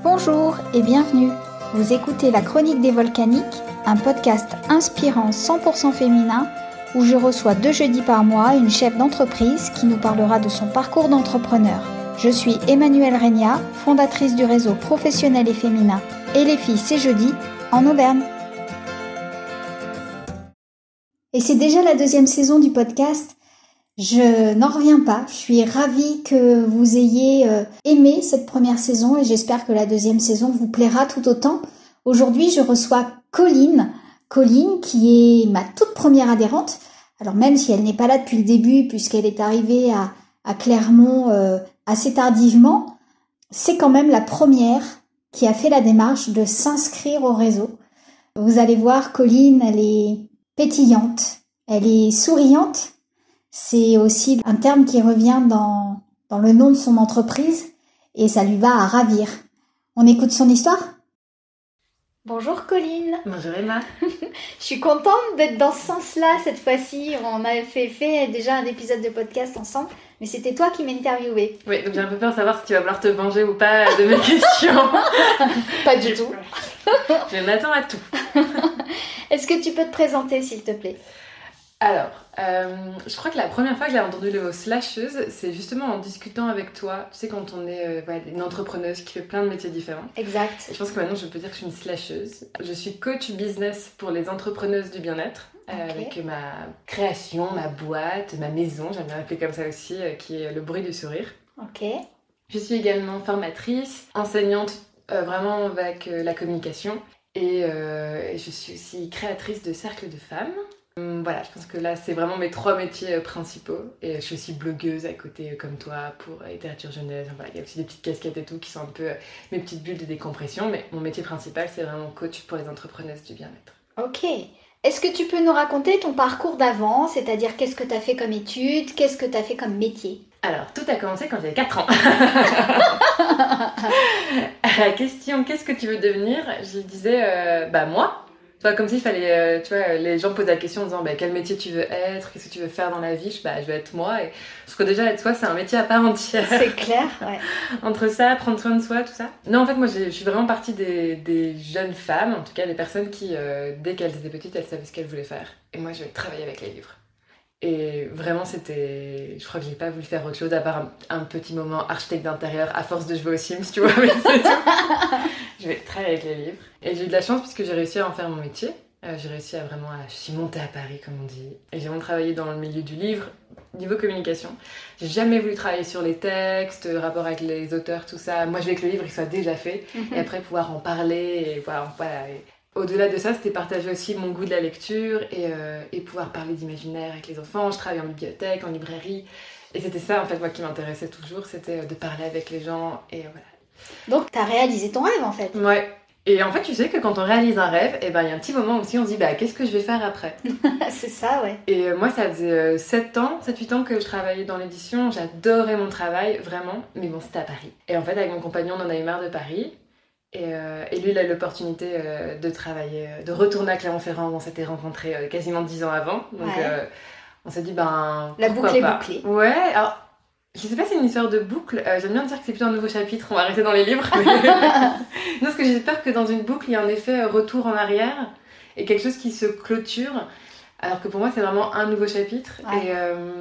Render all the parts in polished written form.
Bonjour et bienvenue. Vous écoutez La Chronique des Volcaniques, un podcast inspirant 100% féminin où je reçois 2 jeudis par mois une chef d'entreprise qui nous parlera de son parcours d'entrepreneur. Je suis Emmanuelle Regna, fondatrice du réseau professionnel et féminin Et les filles c'est jeudi en Auvergne. Et c'est déjà la 2e saison du podcast. Je n'en reviens pas, je suis ravie que vous ayez aimé cette première saison et j'espère que la 2e saison vous plaira tout autant. Aujourd'hui, je reçois Colline qui est ma toute première adhérente. Alors même si elle n'est pas là depuis le début puisqu'elle est arrivée à Clermont assez tardivement, c'est quand même la première qui a fait la démarche de s'inscrire au réseau. Vous allez voir, Colline, elle est pétillante, elle est souriante. C'est aussi un terme qui revient dans le nom de son entreprise et ça lui va à ravir. On écoute son histoire ? Bonjour Colline. Bonjour Emma. Je suis contente d'être dans ce sens-là cette fois-ci. On avait fait déjà un épisode de podcast ensemble, mais c'était toi qui m'interviewais. Oui, donc j'ai un peu peur de savoir si tu vas vouloir te venger ou pas de mes questions. Pas du tout. Je m'attends à tout. Est-ce que tu peux te présenter s'il te plaît ? Alors, je crois que la première fois que j'ai entendu le mot slasheuse, c'est justement en discutant avec toi. Tu sais, quand on est une entrepreneuse qui fait plein de métiers différents. Exact. Et je pense que maintenant, je peux dire que je suis une slasheuse. Je suis coach business pour les entrepreneuses du bien-être. Okay. Avec ma création, ma boîte, ma maison, j'aime bien l'appeler comme ça aussi, qui est le bruit du sourire. Ok. Je suis également formatrice, enseignante vraiment avec la communication. Et je suis aussi créatrice de cercles de femmes. Voilà, je pense que là, c'est vraiment mes 3 métiers principaux. Et je suis aussi blogueuse à côté, comme toi, pour littérature jeunesse. Voilà, il y a aussi des petites casquettes et tout qui sont un peu mes petites bulles de décompression. Mais mon métier principal, c'est vraiment coach pour les entrepreneuses du bien-être. Ok. Est-ce que tu peux nous raconter ton parcours d'avant ? C'est-à-dire, qu'est-ce que tu as fait comme études ? Qu'est-ce que tu as fait comme métier ? Alors, tout a commencé quand j'avais 4 ans. À la question « Qu'est-ce que tu veux devenir ?» Je disais « Moi ». Comme s'il fallait, les gens posent la question en disant quel métier tu veux être, qu'est-ce que tu veux faire dans la vie, je veux être moi. Parce que déjà, être soi, c'est un métier à part entière. C'est clair, ouais. Entre ça, prendre soin de soi, tout ça. Non, en fait, moi, je suis vraiment partie des jeunes femmes, en tout cas des personnes qui, dès qu'elles étaient petites, elles savaient ce qu'elles voulaient faire. Et moi, je travaillais avec les livres. Et vraiment, je crois que j'ai pas voulu faire autre chose à part un petit moment architecte d'intérieur à force de jouer aux Sims, tu vois, mais c'est tout. Je vais travailler avec les livres. Et j'ai eu de la chance puisque j'ai réussi à en faire mon métier. Je suis montée à Paris, comme on dit. Et j'ai vraiment travaillé dans le milieu du livre, niveau communication. J'ai jamais voulu travailler sur les textes, rapport avec les auteurs, tout ça. Moi, je veux que le livre il soit déjà fait. Et après, pouvoir en parler. Et voilà. Au-delà de ça, c'était partager aussi mon goût de la lecture et pouvoir parler d'imaginaire avec les enfants. Je travaillais en bibliothèque, en librairie. Et c'était ça, en fait, moi, qui m'intéressait toujours. C'était de parler avec les gens. Et voilà. Donc, t'as réalisé ton rêve, en fait. Ouais. Et en fait, tu sais que quand on réalise un rêve, il y a un petit moment aussi, on se dit, qu'est-ce que je vais faire après ? C'est ça, ouais. Et moi, ça faisait 7-8 ans que je travaillais dans l'édition. J'adorais mon travail, vraiment. Mais bon, c'était à Paris. Et en fait, avec mon compagnon, on en a eu marre de Paris. Et lui, il a eu l'opportunité de travailler, de retourner à Clermont-Ferrand. On s'était rencontrés quasiment 10 ans avant. Donc, on s'est dit, la boucle est bouclée. Ouais, alors... Je sais pas si c'est une histoire de boucle, j'aime bien dire que c'est plutôt un nouveau chapitre, on va rester dans les livres. Non, parce que j'ai peur que dans une boucle, il y ait un effet retour en arrière et quelque chose qui se clôture, alors que pour moi, c'est vraiment un nouveau chapitre. Ouais.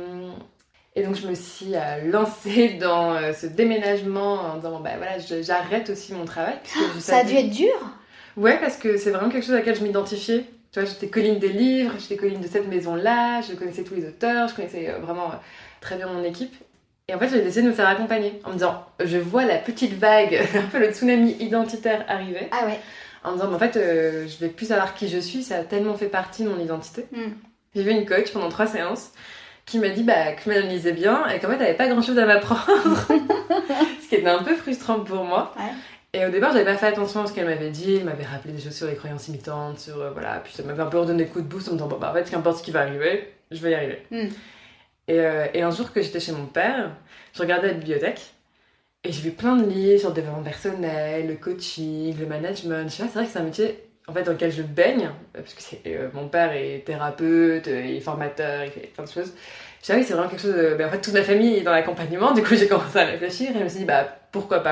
Et donc, je me suis lancée dans ce déménagement en disant, j'arrête aussi mon travail. Ça a dû être dur ? Ouais, parce que c'est vraiment quelque chose à laquelle je m'identifiais. Tu vois, j'étais Colline des livres, j'étais Colline de cette maison-là, je connaissais tous les auteurs, je connaissais vraiment très bien mon équipe. Et en fait, j'ai décidé de me faire accompagner en me disant, je vois la petite vague, un peu le tsunami identitaire arriver. Ah ouais. En me disant, en fait, je vais plus savoir qui je suis, ça a tellement fait partie de mon identité. J'ai vu une coach pendant 3 séances qui m'a dit que je m'analysais bien et qu'en fait, elle n'avait pas grand-chose à m'apprendre. Ce qui était un peu frustrant pour moi. Ouais. Et au départ, j'avais pas fait attention à ce qu'elle m'avait dit. Elle m'avait rappelé des choses sur les croyances limitantes, Puis ça m'avait un peu redonné des coups de boost en me disant, en fait, qu'importe ce qui va arriver, je vais y arriver. Et un jour que j'étais chez mon père, je regardais la bibliothèque et j'ai vu plein de livres sur le développement personnel, le coaching, le management. Je sais pas, c'est vrai que c'est un métier en fait, dans lequel je baigne, parce que mon père est thérapeute, il est formateur, il fait plein de choses. Je savais que c'est vraiment quelque chose en fait, toute ma famille est dans l'accompagnement, du coup j'ai commencé à réfléchir et je me suis dit, pourquoi pas moi ?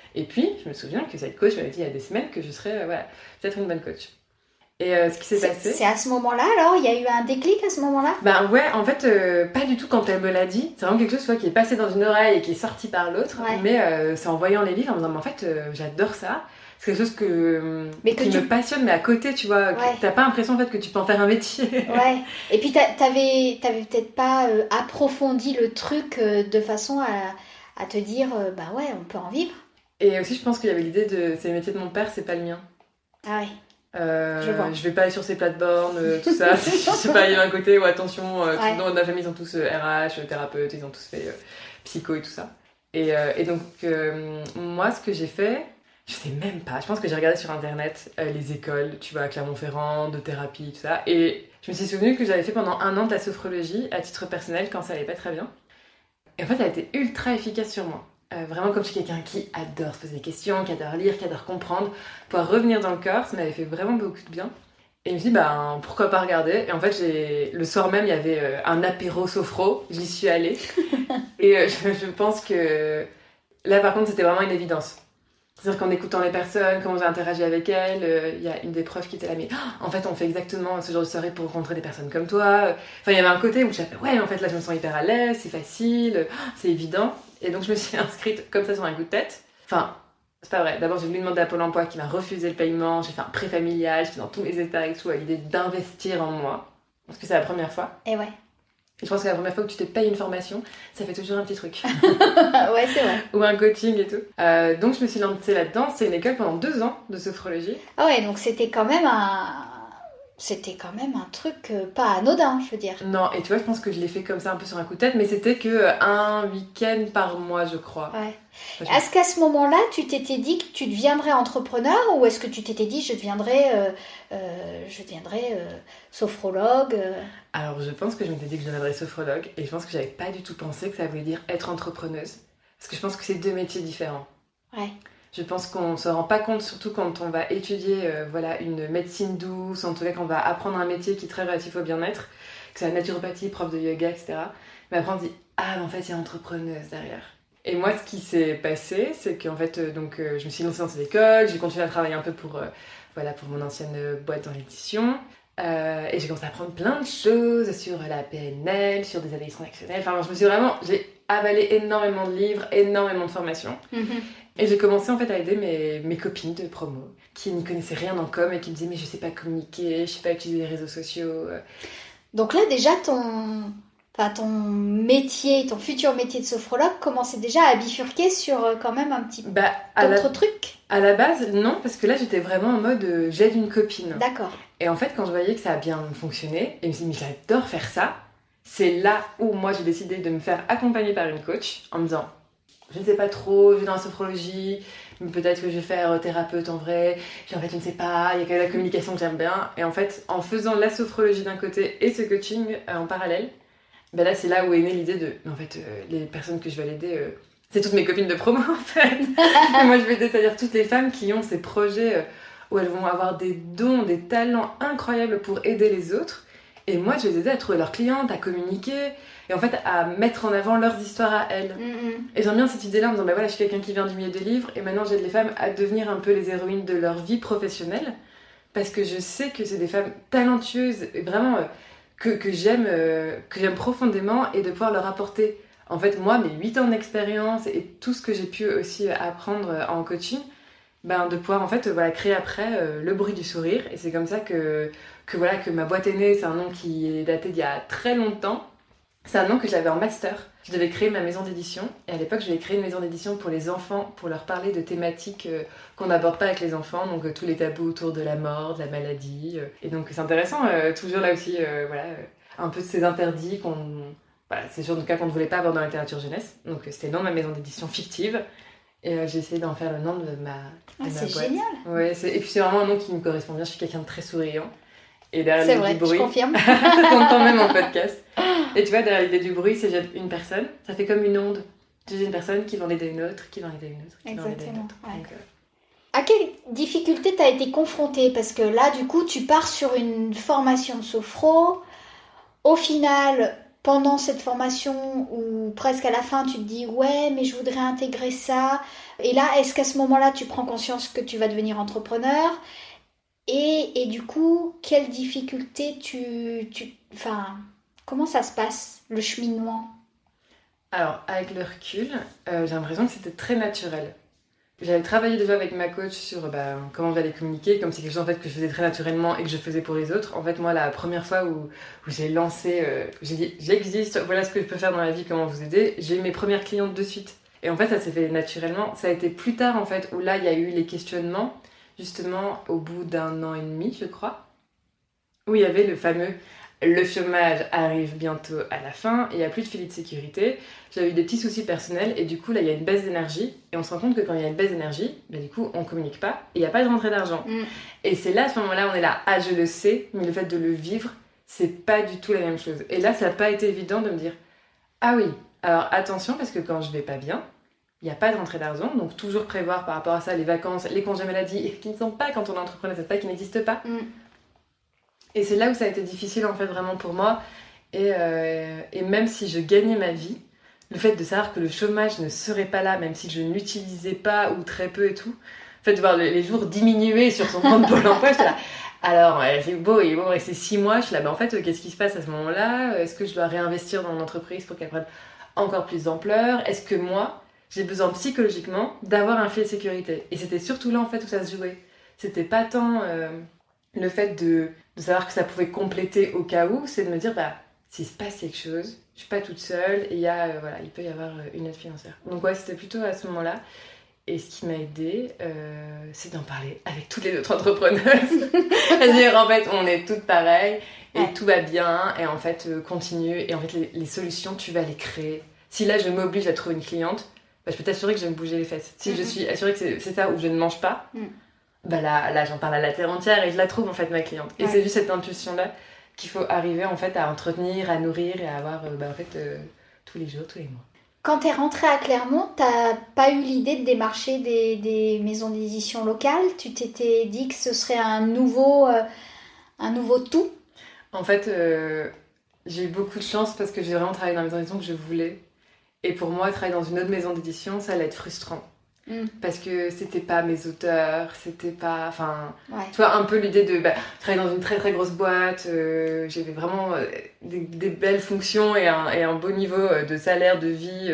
Et puis, je me souviens que cette coach m'avait dit il y a des semaines que je serais peut-être une bonne coach. Et ce qui s'est passé... C'est à ce moment-là, alors? Il y a eu un déclic à ce moment-là? Ben ouais, en fait, pas du tout quand elle me l'a dit. C'est vraiment quelque chose, tu vois, qui est passé dans une oreille et qui est sorti par l'autre. Ouais. Mais c'est en voyant les livres, en me disant, mais en fait, j'adore ça. C'est quelque chose qui me passionne, mais à côté, tu vois, t'as pas l'impression en fait que tu peux en faire un métier. Ouais. Et puis t'avais peut-être pas approfondi le truc de façon à te dire, bah ouais, on peut en vivre. Et aussi, je pense qu'il y avait l'idée de, c'est le métier de mon père, c'est pas le mien. Ah ouais. Je vais pas aller sur ces plates-bornes, tout ça. Je sais pas, il y a un côté où attention, tout dans ma famille, ils ont tous RH, thérapeutes, ils ont tous fait psycho et tout ça. Et donc, moi, ce que j'ai fait, je sais même pas, je pense que j'ai regardé sur internet les écoles, tu vois, à Clermont-Ferrand, de thérapie, tout ça. Et je me suis souvenu que j'avais fait pendant 1 an de la sophrologie à titre personnel quand ça allait pas très bien. Et en fait, elle a été ultra efficace sur moi. Vraiment, comme je suis quelqu'un qui adore se poser des questions, qui adore lire, qui adore comprendre, pouvoir revenir dans le corps, ça m'avait fait vraiment beaucoup de bien. Et je me suis dit, pourquoi pas regarder? Et en fait, le soir même, il y avait un apéro sophro, j'y suis allée. Et je pense que là, par contre, c'était vraiment une évidence. C'est-à-dire qu'en écoutant les personnes, comment j'ai interagi avec elles, il y a une des profs qui était là, mais en fait, on fait exactement ce genre de soirée pour rencontrer des personnes comme toi. Enfin, il y avait un côté où je disais, ouais, en fait, là, je me sens hyper à l'aise, c'est facile, c'est évident. Et donc, je me suis inscrite comme ça sur un coup de tête. Enfin, c'est pas vrai. D'abord, j'ai voulu demander à Pôle emploi qui m'a refusé le paiement. J'ai fait un prêt familial, j'étais dans tous mes états et tout, à l'idée d'investir en moi. Parce que c'est la première fois. Et ouais. Et je pense que la première fois que tu te payes une formation, ça fait toujours un petit truc. Ouais, c'est vrai. Ou un coaching et tout. Donc, je me suis lancée là-dedans. C'est une école pendant 2 ans de sophrologie. Ah ouais, donc c'était quand même un truc pas anodin, je veux dire. Non, et tu vois, je pense que je l'ai fait comme ça un peu sur un coup de tête, mais c'était que un week-end par mois, je crois. Ouais. Est-ce qu'à ce moment-là, tu t'étais dit que tu deviendrais entrepreneur ou est-ce que tu t'étais dit je deviendrais sophrologue Alors, je pense que je m'étais dit que je deviendrais sophrologue et je pense que j'avais pas du tout pensé que ça voulait dire être entrepreneuse. Parce que je pense que c'est 2 métiers différents. Ouais. Je pense qu'on ne se rend pas compte, surtout quand on va étudier une médecine douce, en tout cas quand on va apprendre un métier qui est très relatif au bien-être, que c'est la naturopathie, prof de yoga, etc. Mais après on se dit, mais en fait il y a entrepreneuse derrière. Et moi ce qui s'est passé, c'est qu'en fait je me suis lancée dans cette école, j'ai continué à travailler un peu pour mon ancienne boîte dans l'édition. Et j'ai commencé à apprendre plein de choses sur la PNL, sur des addictions actionnelles. Enfin, j'ai avalé énormément de livres, énormément de formations. Et j'ai commencé en fait à aider mes copines de promo qui n'y connaissaient rien en com et qui me disaient mais je sais pas communiquer, je sais pas utiliser les réseaux sociaux. Donc là déjà ton métier, ton futur métier de sophrologue commençait déjà à bifurquer sur quand même un petit d'autres trucs. À la base non, parce que là j'étais vraiment en mode j'aide une copine. D'accord. Et en fait quand je voyais que ça a bien fonctionné, et je me suis dit mais j'adore faire ça, c'est là où moi j'ai décidé de me faire accompagner par une coach en me disant je ne sais pas trop, je vais dans la sophrologie, mais peut-être que je vais faire thérapeute en vrai. Puis en fait, je ne sais pas, il y a quand même la communication que j'aime bien. Et en fait, en faisant la sophrologie d'un côté et ce coaching en parallèle, là, c'est là où est née l'idée de... En fait, les personnes que je vais aider, c'est toutes mes copines de promo, en fait. Et moi, je vais aider, c'est-à-dire toutes les femmes qui ont ces projets où elles vont avoir des dons, des talents incroyables pour aider les autres. Et moi, je vais les aider à trouver leurs clientes, à communiquer... Et en fait, à mettre en avant leurs histoires à elles. Et j'aime bien cette idée-là en me disant, je suis quelqu'un qui vient du milieu des livres, et maintenant j'aide les femmes à devenir un peu les héroïnes de leur vie professionnelle, parce que je sais que c'est des femmes talentueuses, et vraiment que j'aime profondément, et de pouvoir leur apporter, en fait, moi, mes 8 ans d'expérience, et tout ce que j'ai pu aussi apprendre en coaching, de pouvoir, en fait, créer après le bruit du sourire. Et c'est comme ça que ma boîte est née. C'est un nom qui est daté d'il y a très longtemps. C'est un nom que j'avais en master. Je devais créer ma maison d'édition. Et à l'époque, je devais créer une maison d'édition pour les enfants, pour leur parler de thématiques qu'on n'aborde pas avec les enfants. Donc, tous les tabous autour de la mort, de la maladie. Et donc, c'est intéressant, toujours là aussi, un peu de ces interdits c'est sûr, en tout cas, qu'on ne voulait pas avoir dans la littérature jeunesse. Donc, c'était le nom de ma maison d'édition fictive. Et j'ai essayé d'en faire le nom de ma boîte. C'est génial. Ouais, et puis, c'est vraiment un nom qui me correspond bien. Je suis quelqu'un de très souriant. Et derrière c'est l'idée vrai, du bruit, je confirme. ça s'entend même en podcast. Et tu vois, derrière l'idée du bruit, c'est une personne, ça fait comme une onde. J'ai une personne qui va en aider une autre, qui va en aider une autre, qui va en aider une autre. Ouais. Donc, À quelle difficulté t'as été confrontée? Parce que là, du coup, tu pars sur une formation de sophro. Au final, pendant cette formation, ou presque à la fin, tu te dis « Ouais, mais je voudrais intégrer ça. Et là, est-ce qu'à ce moment-là, tu prends conscience que tu vas devenir entrepreneur? Et du coup, quelles difficultés enfin, comment ça se passe, le cheminement? Alors, avec le recul, j'ai l'impression que c'était très naturel. J'avais travaillé déjà avec ma coach sur comment j'allais communiquer, comme c'est quelque chose en fait, que je faisais très naturellement et que je faisais pour les autres. En fait, moi, la première fois où j'ai lancé, j'ai dit j'existe, voilà ce que je peux faire dans la vie, comment vous aider, j'ai eu mes premières clientes de suite. Et en fait, ça s'est fait naturellement. Ça a été plus tard, en fait, où là, il y a eu les questionnements, justement, au bout d'1 an et demi, je crois, où il y avait le fameux le chômage arrive bientôt à la fin, il n'y a plus de filet de sécurité. J'avais eu des petits soucis personnels et du coup là il y a une baisse d'énergie et on se rend compte que quand il y a une baisse d'énergie, du coup on communique pas et il n'y a pas de rentrée d'argent. Et c'est là à ce moment-là on est là, ah je le sais, mais le fait de le vivre, c'est pas du tout la même chose. Et là ça n'a pas été évident de me dire, ah oui, alors attention parce que quand je vais pas bien, il n'y a pas de rentrée d'argent, donc toujours prévoir par rapport à ça les vacances, les congés maladie, qui ne sont pas quand on est entrepreneur, c'est pas qui n'existent pas. Et c'est là où ça a été difficile en fait vraiment pour moi. Et même si je gagnais ma vie, le fait de savoir que le chômage ne serait pas là, même si je ne l'utilisais pas ou très peu et tout, en fait de voir les jours diminuer sur son compte Pôle emploi, j'étais là. Alors c'est beau, il va rester 6 mois, je suis là, en fait qu'est-ce qui se passe à ce moment-là? Est-ce que je dois réinvestir dans mon entreprise pour qu'elle prenne encore plus d'ampleur? Est-ce que moi, j'ai besoin psychologiquement d'avoir un filet de sécurité? Et c'était surtout là en fait où ça se jouait. C'était pas tant le fait de savoir que ça pouvait compléter au cas où, c'est de me dire, s'il se passe quelque chose, je suis pas toute seule et il peut y avoir une aide financière. Donc ouais, c'était plutôt à ce moment-là. Et ce qui m'a aidée, c'est d'en parler avec toutes les autres entrepreneuses. C'est-à-dire, en fait, on est toutes pareilles et tout va bien. Et en fait, continue. Et en fait, les solutions, tu vas les créer. Si là, je m'oblige à trouver une cliente, je peux t'assurer que je vais me bouger les fesses. Si je suis assurée que c'est ça où je ne mange pas, là j'en parle à la terre entière et je la trouve en fait ma cliente. Et c'est juste cette intuition là qu'il faut arriver en fait à entretenir, à nourrir et à avoir tous les jours, tous les mois. Quand t'es rentrée à Clermont, t'as pas eu l'idée de démarcher des maisons d'édition locales? Tu t'étais dit que ce serait un nouveau tout? En fait, j'ai eu beaucoup de chance parce que j'ai vraiment travaillé dans la maison d'édition que je voulais. Et pour moi, travailler dans une autre maison d'édition, ça allait être frustrant. Parce que c'était pas mes auteurs, c'était pas... Enfin, tu vois, un peu l'idée de travailler dans une très très grosse boîte, j'avais vraiment des belles fonctions et un beau niveau de salaire, de vie,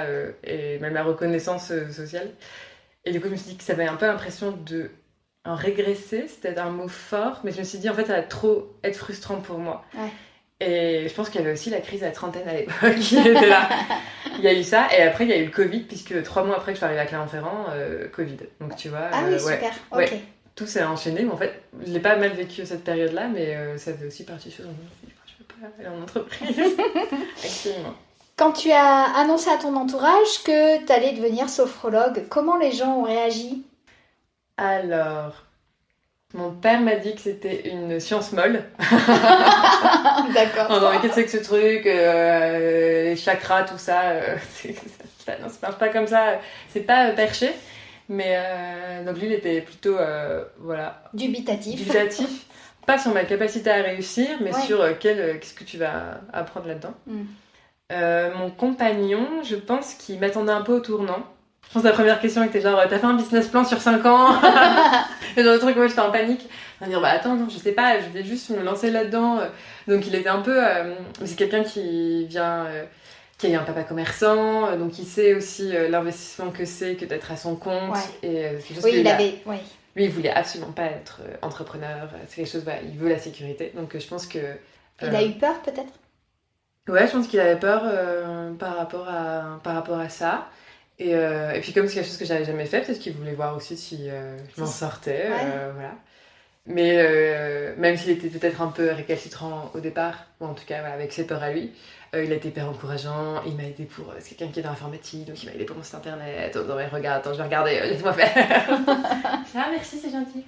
et même la reconnaissance sociale. Et du coup, je me suis dit que ça avait un peu l'impression de régresser, c'était un mot fort, mais je me suis dit en fait, ça va trop être frustrant pour moi. Et je pense qu'il y avait aussi la crise à la trentaine à l'époque qui était là. Il y a eu ça, et après il y a eu le Covid, puisque 3 mois après que je suis arrivée à Clermont-Ferrand, Covid. Donc tu vois. Ah oui, super, ok. Ouais, tout s'est enchaîné, mais en fait, je l'ai pas mal vécu cette période-là, mais ça fait aussi partie de choses. Je peux pas aller en entreprise. Absolument. Quand tu as annoncé à ton entourage que tu allais devenir sophrologue, comment les gens ont réagi? Alors. Mon père m'a dit que c'était une science molle. D'accord. Non, mais qu'est-ce que c'est que ce truc les chakras, tout ça, non, ça marche pas comme ça. C'est pas perché. Mais donc lui, il était plutôt, Dubitatif. Pas sur ma capacité à réussir, mais sur qu'est-ce que tu vas apprendre là-dedans. Mon compagnon, je pense qu'il m'attendait un peu au tournant. Je pense que la première question était genre, t'as fait un business plan sur 5 ans? Et dans le truc, moi j'étais en panique. On va dire, attends, non, je sais pas, je vais juste me lancer là-dedans. Donc il était un peu. C'est quelqu'un qui vient. Qui a eu un papa commerçant, donc il sait aussi l'investissement que c'est que d'être à son compte. Et c'est juste lui, il voulait absolument pas être entrepreneur. C'est quelque chose, il veut la sécurité. Donc je pense que. Il a eu peur peut-être? Ouais, je pense qu'il avait peur par rapport à ça. Et puis comme c'est quelque chose que j'avais jamais fait, peut-être qu'il voulait voir aussi si je m'en sortais, voilà. Mais même s'il était peut-être un peu récalcitrant au départ, ou en tout cas avec ses peurs à lui, il a été hyper encourageant, il m'a aidé pour... c'est quelqu'un qui est dans l'informatique, donc il m'a aidé pour mon site internet. Non mais regarde, attends, je vais regarder, laisse-moi faire. Ah merci, c'est gentil.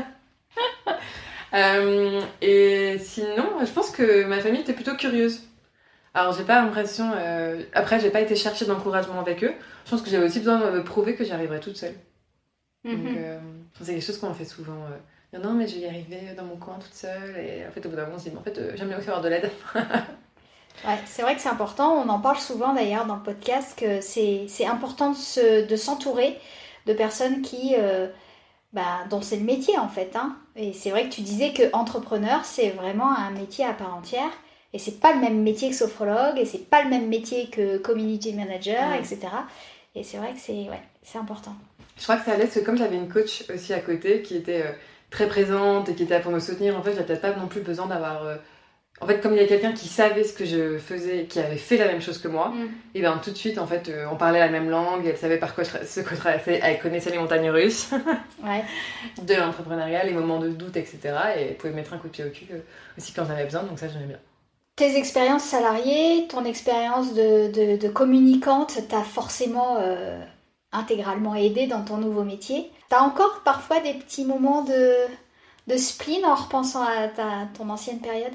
Et sinon, je pense que ma famille était plutôt curieuse. Alors j'ai pas l'impression... Après, j'ai pas été chercher d'encouragement avec eux. Je pense que j'avais aussi besoin de me prouver que j'y arriverais toute seule. Donc c'est quelque chose qu'on fait souvent. Non, mais je vais y arriver dans mon coin toute seule. Et en fait, au bout d'un moment, on se dit, mais en fait, j'aime bien aussi avoir de l'aide. Ouais, c'est vrai que c'est important. On en parle souvent d'ailleurs dans le podcast que c'est important de s'entourer de personnes dont c'est le métier en fait. Hein. Et c'est vrai que tu disais que entrepreneur, c'est vraiment un métier à part entière. Et c'est pas le même métier que sophrologue, et c'est pas le même métier que community manager, etc. Et c'est vrai que c'est important. Je crois que ça allait, parce que comme j'avais une coach aussi à côté qui était très présente et qui était là pour me soutenir, en fait, j'avais peut-être pas non plus besoin d'avoir... En fait, comme il y a quelqu'un qui savait ce que je faisais, qui avait fait la même chose que moi, et bien tout de suite, en fait, on parlait la même langue, elle savait par quoi ce que je traversais, elle connaissait les montagnes russes de l'entrepreneuriat, les moments de doute, etc. Et elle pouvait me mettre un coup de pied au cul aussi quand j'en avais besoin, donc ça, j'aimais bien. Tes expériences salariées, ton expérience de communicante t'a forcément intégralement aidé dans ton nouveau métier. T'as encore parfois des petits moments de spleen en repensant à ton ancienne période?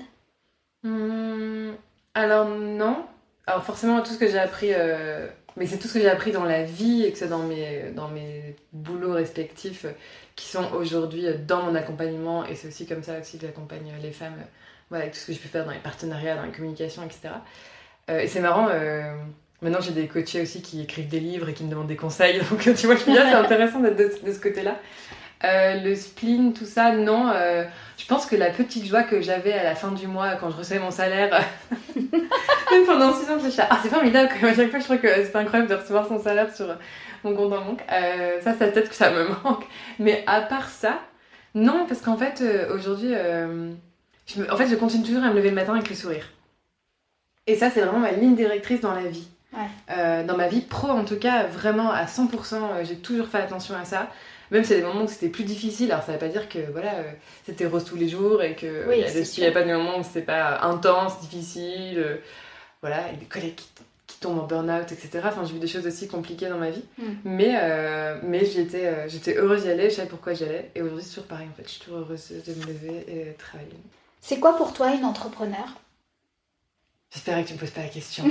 Alors non. Alors forcément tout ce que j'ai appris, mais c'est tout ce que j'ai appris dans la vie et que c'est dans mes boulots respectifs qui sont aujourd'hui dans mon accompagnement, et c'est aussi comme ça aussi que j'accompagne les femmes, voilà, avec tout ce que je peux faire dans les partenariats, dans les communications, etc. Et c'est marrant, maintenant j'ai des coachés aussi qui écrivent des livres et qui me demandent des conseils, donc tu vois, je me dis, c'est intéressant d'être de ce côté-là. Le spleen, tout ça, non. Je pense que la petite joie que j'avais à la fin du mois quand je recevais mon salaire, même pendant 6 ans, c'est formidable quand même. À chaque fois, je trouve que c'est incroyable de recevoir son salaire sur mon compte en banque. Ça peut-être que ça me manque. Mais à part ça, non, parce qu'en fait, aujourd'hui, je continue toujours à me lever le matin avec le sourire. Et ça, c'est vraiment ma ligne directrice dans la vie. Ouais. Dans ma vie pro, en tout cas, vraiment à 100%, j'ai toujours fait attention à ça. Même si il y a des moments où c'était plus difficile, alors ça veut pas dire que c'était rose tous les jours et que il n'y a pas de moments où c'était pas intense, difficile, et des collègues qui tombent en burn-out, etc. Enfin, j'ai vu des choses aussi compliquées dans ma vie, mais j'étais heureuse d'y aller, je savais pourquoi j'y allais, et aujourd'hui c'est toujours pareil en fait, je suis toujours heureuse de me lever et de travailler. C'est quoi pour toi une entrepreneur? J'espérais que tu me poses pas la question.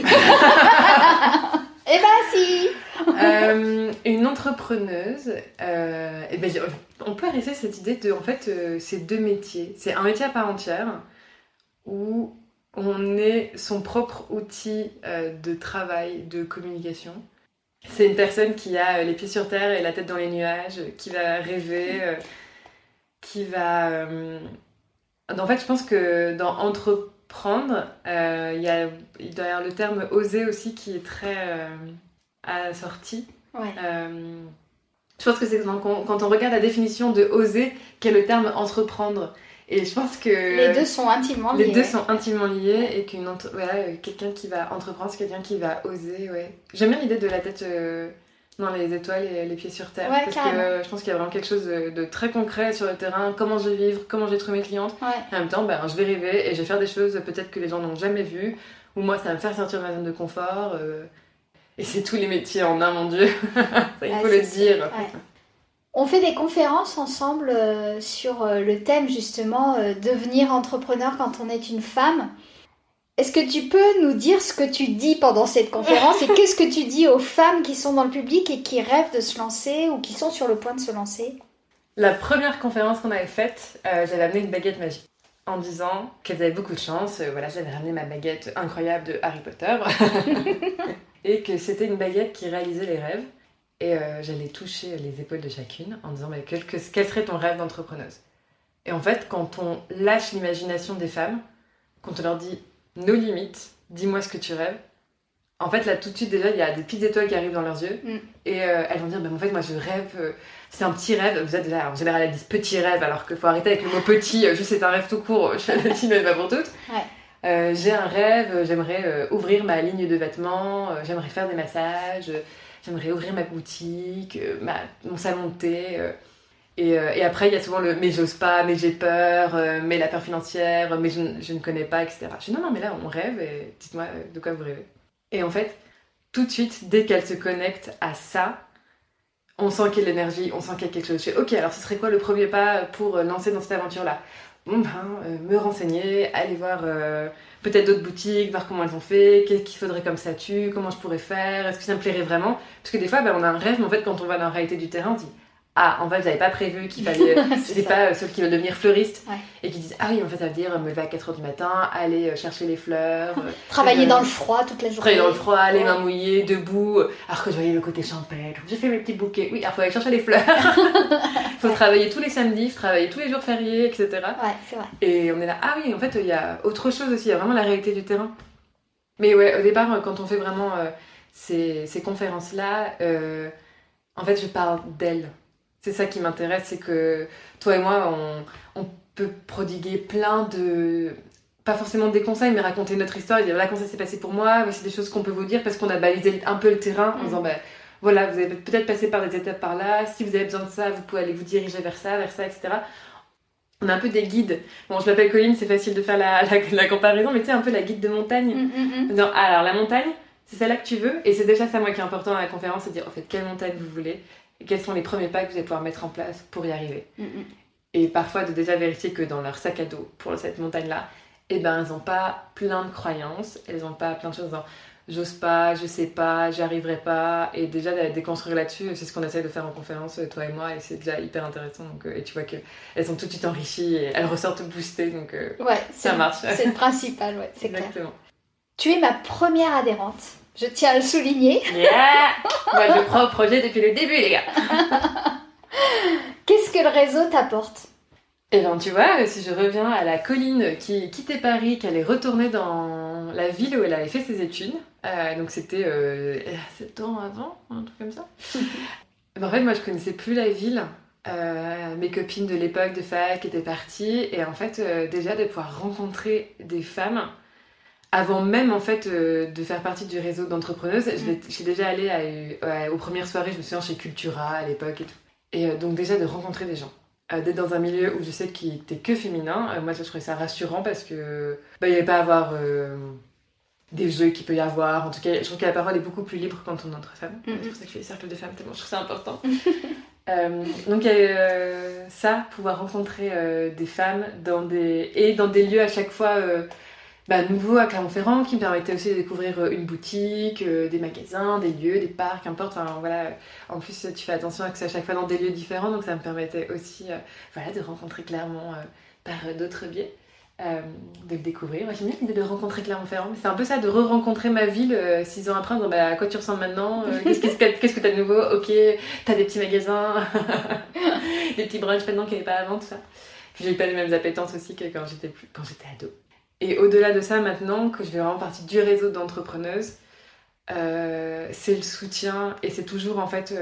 Eh ben si. Une entrepreneuse, on peut arrêter cette idée de, en fait, c'est 2 métiers. C'est un métier à part entière où on est son propre outil de travail, de communication. C'est une personne qui a les pieds sur terre et la tête dans les nuages, qui va rêver, qui va... En fait, je pense que dans entreprendre, il doit y avoir le terme oser aussi qui est très assorti. Ouais. Je pense que c'est quand on regarde la définition de oser qu'est le terme entreprendre. Et je pense que les deux sont intimement liés. Les deux sont intimement liés, et quelqu'un qui va entreprendre, c'est quelqu'un qui va oser. Ouais. J'aime bien l'idée de la tête dans les étoiles et les pieds sur terre. Ouais, parce carrément. que je pense qu'il y a vraiment quelque chose de très concret sur le terrain. Comment je vais vivre, comment je vais trouver mes clientes. Ouais. Et en même temps, je vais rêver et je vais faire des choses peut-être que les gens n'ont jamais vues. Ou moi, ça va me faire sortir de ma zone de confort. Et c'est tous les métiers en un, mon Dieu. Ça, il faut le dire. Ouais. On fait des conférences ensemble sur le thème justement devenir entrepreneur quand on est une femme. Est-ce que tu peux nous dire ce que tu dis pendant cette conférence et qu'est-ce que tu dis aux femmes qui sont dans le public et qui rêvent de se lancer ou qui sont sur le point de se lancer? La première conférence qu'on avait faite, j'avais amené une baguette magique en disant qu'elles avaient beaucoup de chance. J'avais ramené ma baguette incroyable de Harry Potter et que c'était une baguette qui réalisait les rêves. Et j'allais toucher les épaules de chacune en disant quel serait ton rêve d'entrepreneuse. Et en fait, quand on lâche l'imagination des femmes, quand on leur dit nos limites, dis-moi ce que tu rêves, en fait là tout de suite déjà il y a des petites étoiles qui arrivent dans leurs yeux et elles vont dire en fait moi je rêve, c'est un petit rêve. Vous êtes déjà en général elles disent petit rêve alors qu'il faut arrêter avec le mot petit, juste c'est un rêve tout court, je le dis mais pas pour toutes. Ouais. J'ai un rêve, j'aimerais ouvrir ma ligne de vêtements, j'aimerais faire des massages, j'aimerais ouvrir ma boutique, mon salon de thé. Et après, il y a souvent le « mais j'ose pas, mais j'ai peur, mais la peur financière, mais je ne connais pas, etc. » Je dis « non, mais là, on rêve et dites-moi de quoi vous rêvez. » Et en fait, tout de suite, dès qu'elle se connecte à ça, on sent qu'il y a de l'énergie, on sent qu'il y a quelque chose. Je fais « ok, alors ce serait quoi le premier pas pour lancer dans cette aventure-là ?» me renseigner, aller voir peut-être d'autres boutiques, voir comment elles ont fait, qu'est-ce qu'il faudrait comme statut, comment je pourrais faire, est-ce que ça me plairait vraiment. Parce que des fois, on a un rêve, mais en fait, quand on va dans la réalité du terrain, on se dit ah, en fait, j'avais pas prévu qu'il fallait, je sais pas, ceux qui veulent devenir fleuristes et qui disent, ah oui, en fait, ça veut dire me lever à 4h du matin, aller chercher les fleurs. Travailler dans le froid toute la journée. Travailler dans le froid, les mains mouillées, debout, alors que je voyais le côté champêtre. J'ai fait mes petits bouquets. Oui, alors il faut aller chercher les fleurs. Faut travailler tous les samedis, faut travailler tous les jours fériés, etc. Ouais, c'est vrai. Et on est là, ah oui, en fait, il y a autre chose aussi, il y a vraiment la réalité du terrain. Mais ouais, au départ, quand on fait vraiment ces conférences-là, en fait, je parle d'elles. C'est ça qui m'intéresse, c'est que toi et moi, on peut prodiguer plein de... Pas forcément des conseils, mais raconter notre histoire et dire voilà comment ça s'est passé pour moi, voici des choses qu'on peut vous dire parce qu'on a balisé un peu le terrain en disant voilà, vous avez peut-être passé par des étapes par là, si vous avez besoin de ça, vous pouvez aller vous diriger vers ça, etc. On a un peu des guides. Bon, je m'appelle Colline, c'est facile de faire la comparaison, mais tu sais, un peu la guide de montagne. En disant, alors la montagne, c'est celle-là que tu veux, et c'est déjà ça, moi, qui est important dans la conférence, c'est de dire, en fait, quelle montagne vous voulez, et quels sont les premiers pas que vous allez pouvoir mettre en place pour y arriver. Et parfois, de déjà vérifier que dans leur sac à dos, pour cette montagne-là, eh ben, elles n'ont pas plein de croyances, elles n'ont pas plein de choses dans j'ose pas, je sais pas, j'y arriverai pas, et déjà de déconstruire là-dessus, c'est ce qu'on essaie de faire en conférence, toi et moi, et c'est déjà hyper intéressant, donc, et tu vois qu'elles sont tout de suite enrichies, et elles ressortent boostées, donc ça marche. C'est le principal, ouais, c'est Exactement. clair. Tu es ma première adhérente, je tiens à le souligner. Yeah. Moi je crois au projet depuis le début, les gars. Qu'est-ce que le réseau t'apporte ? Et bien tu vois, si je reviens à la Colline qui quittait Paris, qui allait retourner dans la ville où elle avait fait ses études, donc c'était 7 ans avant, un truc comme ça. En fait, moi je connaissais plus la ville. Mes copines de l'époque de fac étaient parties, et en fait, déjà de pouvoir rencontrer des femmes, avant même en fait de faire partie du réseau d'entrepreneuses, je suis déjà allée aux premières soirées, je me souviens chez Cultura à l'époque et tout. Et donc déjà de rencontrer des gens. D'être dans un milieu où je sais qu'il n'était que féminin, moi je trouvais ça rassurant parce que il n'y avait pas à avoir des jeux qu'il peut y avoir. En tout cas, je trouve que la parole est beaucoup plus libre quand on est entre femmes. C'est pour ça que je fais des cercles de femmes, tellement je trouve ça important. Donc il y a ça, pouvoir rencontrer des femmes dans des lieux à chaque fois nouveaux à Clermont-Ferrand, qui me permettaient aussi de découvrir une boutique, des magasins, des lieux, des parcs, qu'importe. Enfin, voilà. En plus, tu fais attention à que c'est à chaque fois dans des lieux différents, donc ça me permettait aussi de rencontrer Clermont par d'autres biais, de le découvrir. Moi, j'aime bien l'idée de rencontrer Clermont-Ferrand, mais c'est un peu ça, de re-rencontrer ma ville 6 ans après, en disant à quoi tu ressembles maintenant, qu'est-ce que t'as de nouveau, ok, t'as des petits magasins, des petits brunchs maintenant qu'il n'y avait pas avant, tout ça. Puis j'ai pas les mêmes appétences aussi que quand j'étais ado. Et au-delà de ça, maintenant que je fais vraiment partie du réseau d'entrepreneuses, c'est le soutien, et c'est toujours en fait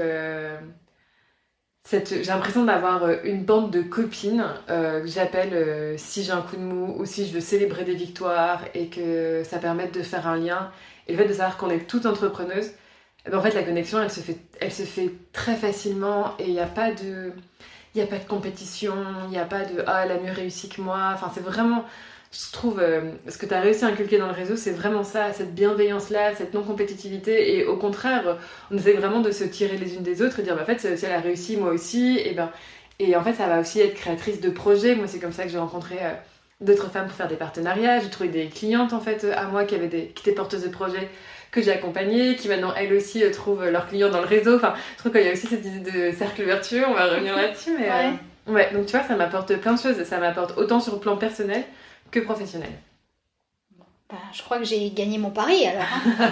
j'ai l'impression d'avoir une bande de copines que j'appelle si j'ai un coup de mou ou si je veux célébrer des victoires, et que ça permette de faire un lien. Et le fait de savoir qu'on est toutes entrepreneuses, en fait la connexion elle se fait très facilement, et il n'y a pas de compétition, il n'y a pas de elle a mieux réussi que moi. Enfin, c'est vraiment... Je trouve, ce que tu as réussi à inculquer dans le réseau, c'est vraiment ça, cette bienveillance-là, cette non-compétitivité, et au contraire, on essaie vraiment de se tirer les unes des autres et dire, en fait, si elle a réussi, moi aussi, et en fait, ça va aussi être créatrice de projets. Moi, c'est comme ça que j'ai rencontré d'autres femmes pour faire des partenariats. J'ai trouvé des clientes, en fait, à moi qui étaient porteuses de projets, que j'ai accompagnées, qui maintenant, elles aussi, trouvent leurs clients dans le réseau. Enfin, je trouve qu'il y a aussi cette idée de cercle vertueux, on va revenir là-dessus, mais... Ouais, donc tu vois, ça m'apporte plein de choses. Ça m'apporte autant sur le plan personnel que professionnel. Je crois que j'ai gagné mon pari alors.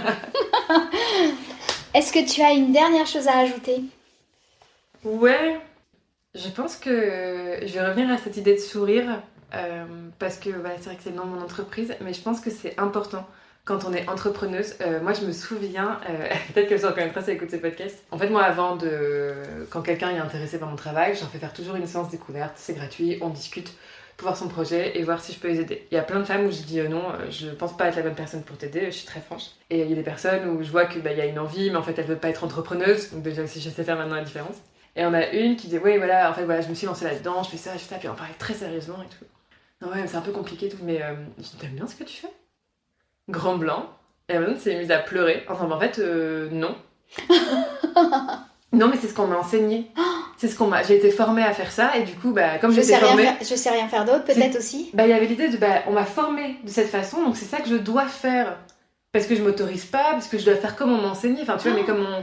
Est-ce que tu as une dernière chose à ajouter ? Ouais, je pense que je vais revenir à cette idée de sourire parce que c'est vrai que c'est le nom de mon entreprise, mais je pense que c'est important quand on est entrepreneuse. Moi, je me souviens, peut-être que je s'en reconnaîtra si elle écoute ce podcast. En fait, moi, quand quelqu'un est intéressé par mon travail, j'en fais faire toujours une séance découverte. C'est gratuit, on discute pour voir son projet et voir si je peux les aider. Il y a plein de femmes où je dis non, je pense pas être la bonne personne pour t'aider, je suis très franche. Et il y a des personnes où je vois qu'il y a une envie, mais en fait elle veut pas être entrepreneuse, donc déjà aussi je sais faire maintenant la différence. Et on a une qui dit oui voilà, en fait voilà, je me suis lancée là-dedans, je fais ça, puis on parlait très sérieusement et tout. Non ouais, c'est un peu compliqué et tout, mais je dis t'aimes bien ce que tu fais ? Grand blanc. Et la personne s'est mise à pleurer. Enfin en fait non. Non mais c'est ce qu'on m'a enseigné. C'est ce j'ai été formée à faire ça, et du coup, comme je sais rien faire d'autre, peut-être aussi. Il y avait l'idée on m'a formée de cette façon, donc c'est ça que je dois faire. Parce que je m'autorise pas, parce que je dois faire comme on m'a enseigné. Enfin, tu vois, mais comme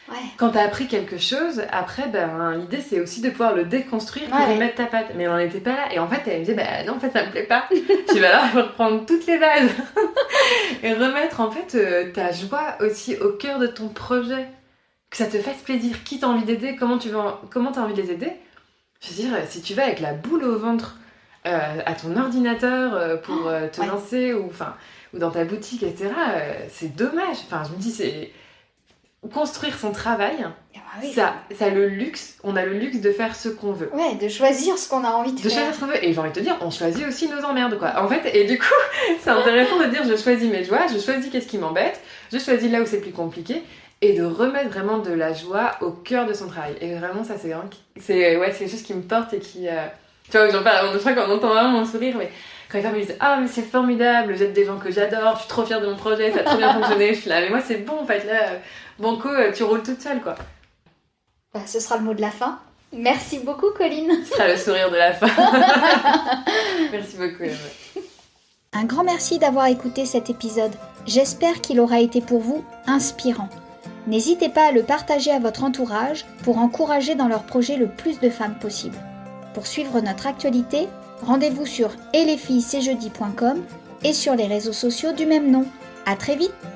Ouais. Quand t'as appris quelque chose, après, l'idée c'est aussi de pouvoir le déconstruire pour y mettre ta patte. Mais elle n'en était pas là. Et en fait, elle me disait, non, en fait, ça me plaît pas. Je vais alors reprendre toutes les bases et remettre en fait ta joie aussi au cœur de ton projet. Que ça te fasse plaisir. Qui t'as envie d'aider, comment t'as envie de les aider. Je veux dire, si tu vas avec la boule au ventre à ton ordinateur pour te lancer ou dans ta boutique, etc., c'est dommage. Enfin, je me dis, c'est construire son travail. Ça a le luxe, on a le luxe de faire ce qu'on veut. Ouais, de choisir ce qu'on a envie de faire. Choisir ce qu'on veut. Et j'ai envie de te dire, on choisit aussi nos emmerdes, quoi. En fait, et du coup, c'est intéressant de dire, je choisis mes joies, je choisis qu'est-ce qui m'embête, je choisis là où c'est plus compliqué. Et de remettre vraiment de la joie au cœur de son travail. Et vraiment, ça, c'est quelque chose qui me porte et qui... Tu vois, j'en parle, je crois qu'on entend vraiment mon sourire, mais quand les femmes me disent « Ah, mais c'est formidable, j'aide des gens que j'adore, je suis trop fière de mon projet, ça a trop bien fonctionné. » Je suis là, mais moi, c'est bon, en fait, là, banco, tu roules toute seule, quoi. Ce sera le mot de la fin. Merci beaucoup, Colline. Ce sera le sourire de la fin. Merci beaucoup, Emma. Un grand merci d'avoir écouté cet épisode. J'espère qu'il aura été pour vous inspirant. N'hésitez pas à le partager à votre entourage pour encourager dans leur projet le plus de femmes possible. Pour suivre notre actualité, rendez-vous sur etlesfillescestjeudi.com et sur les réseaux sociaux du même nom. À très vite!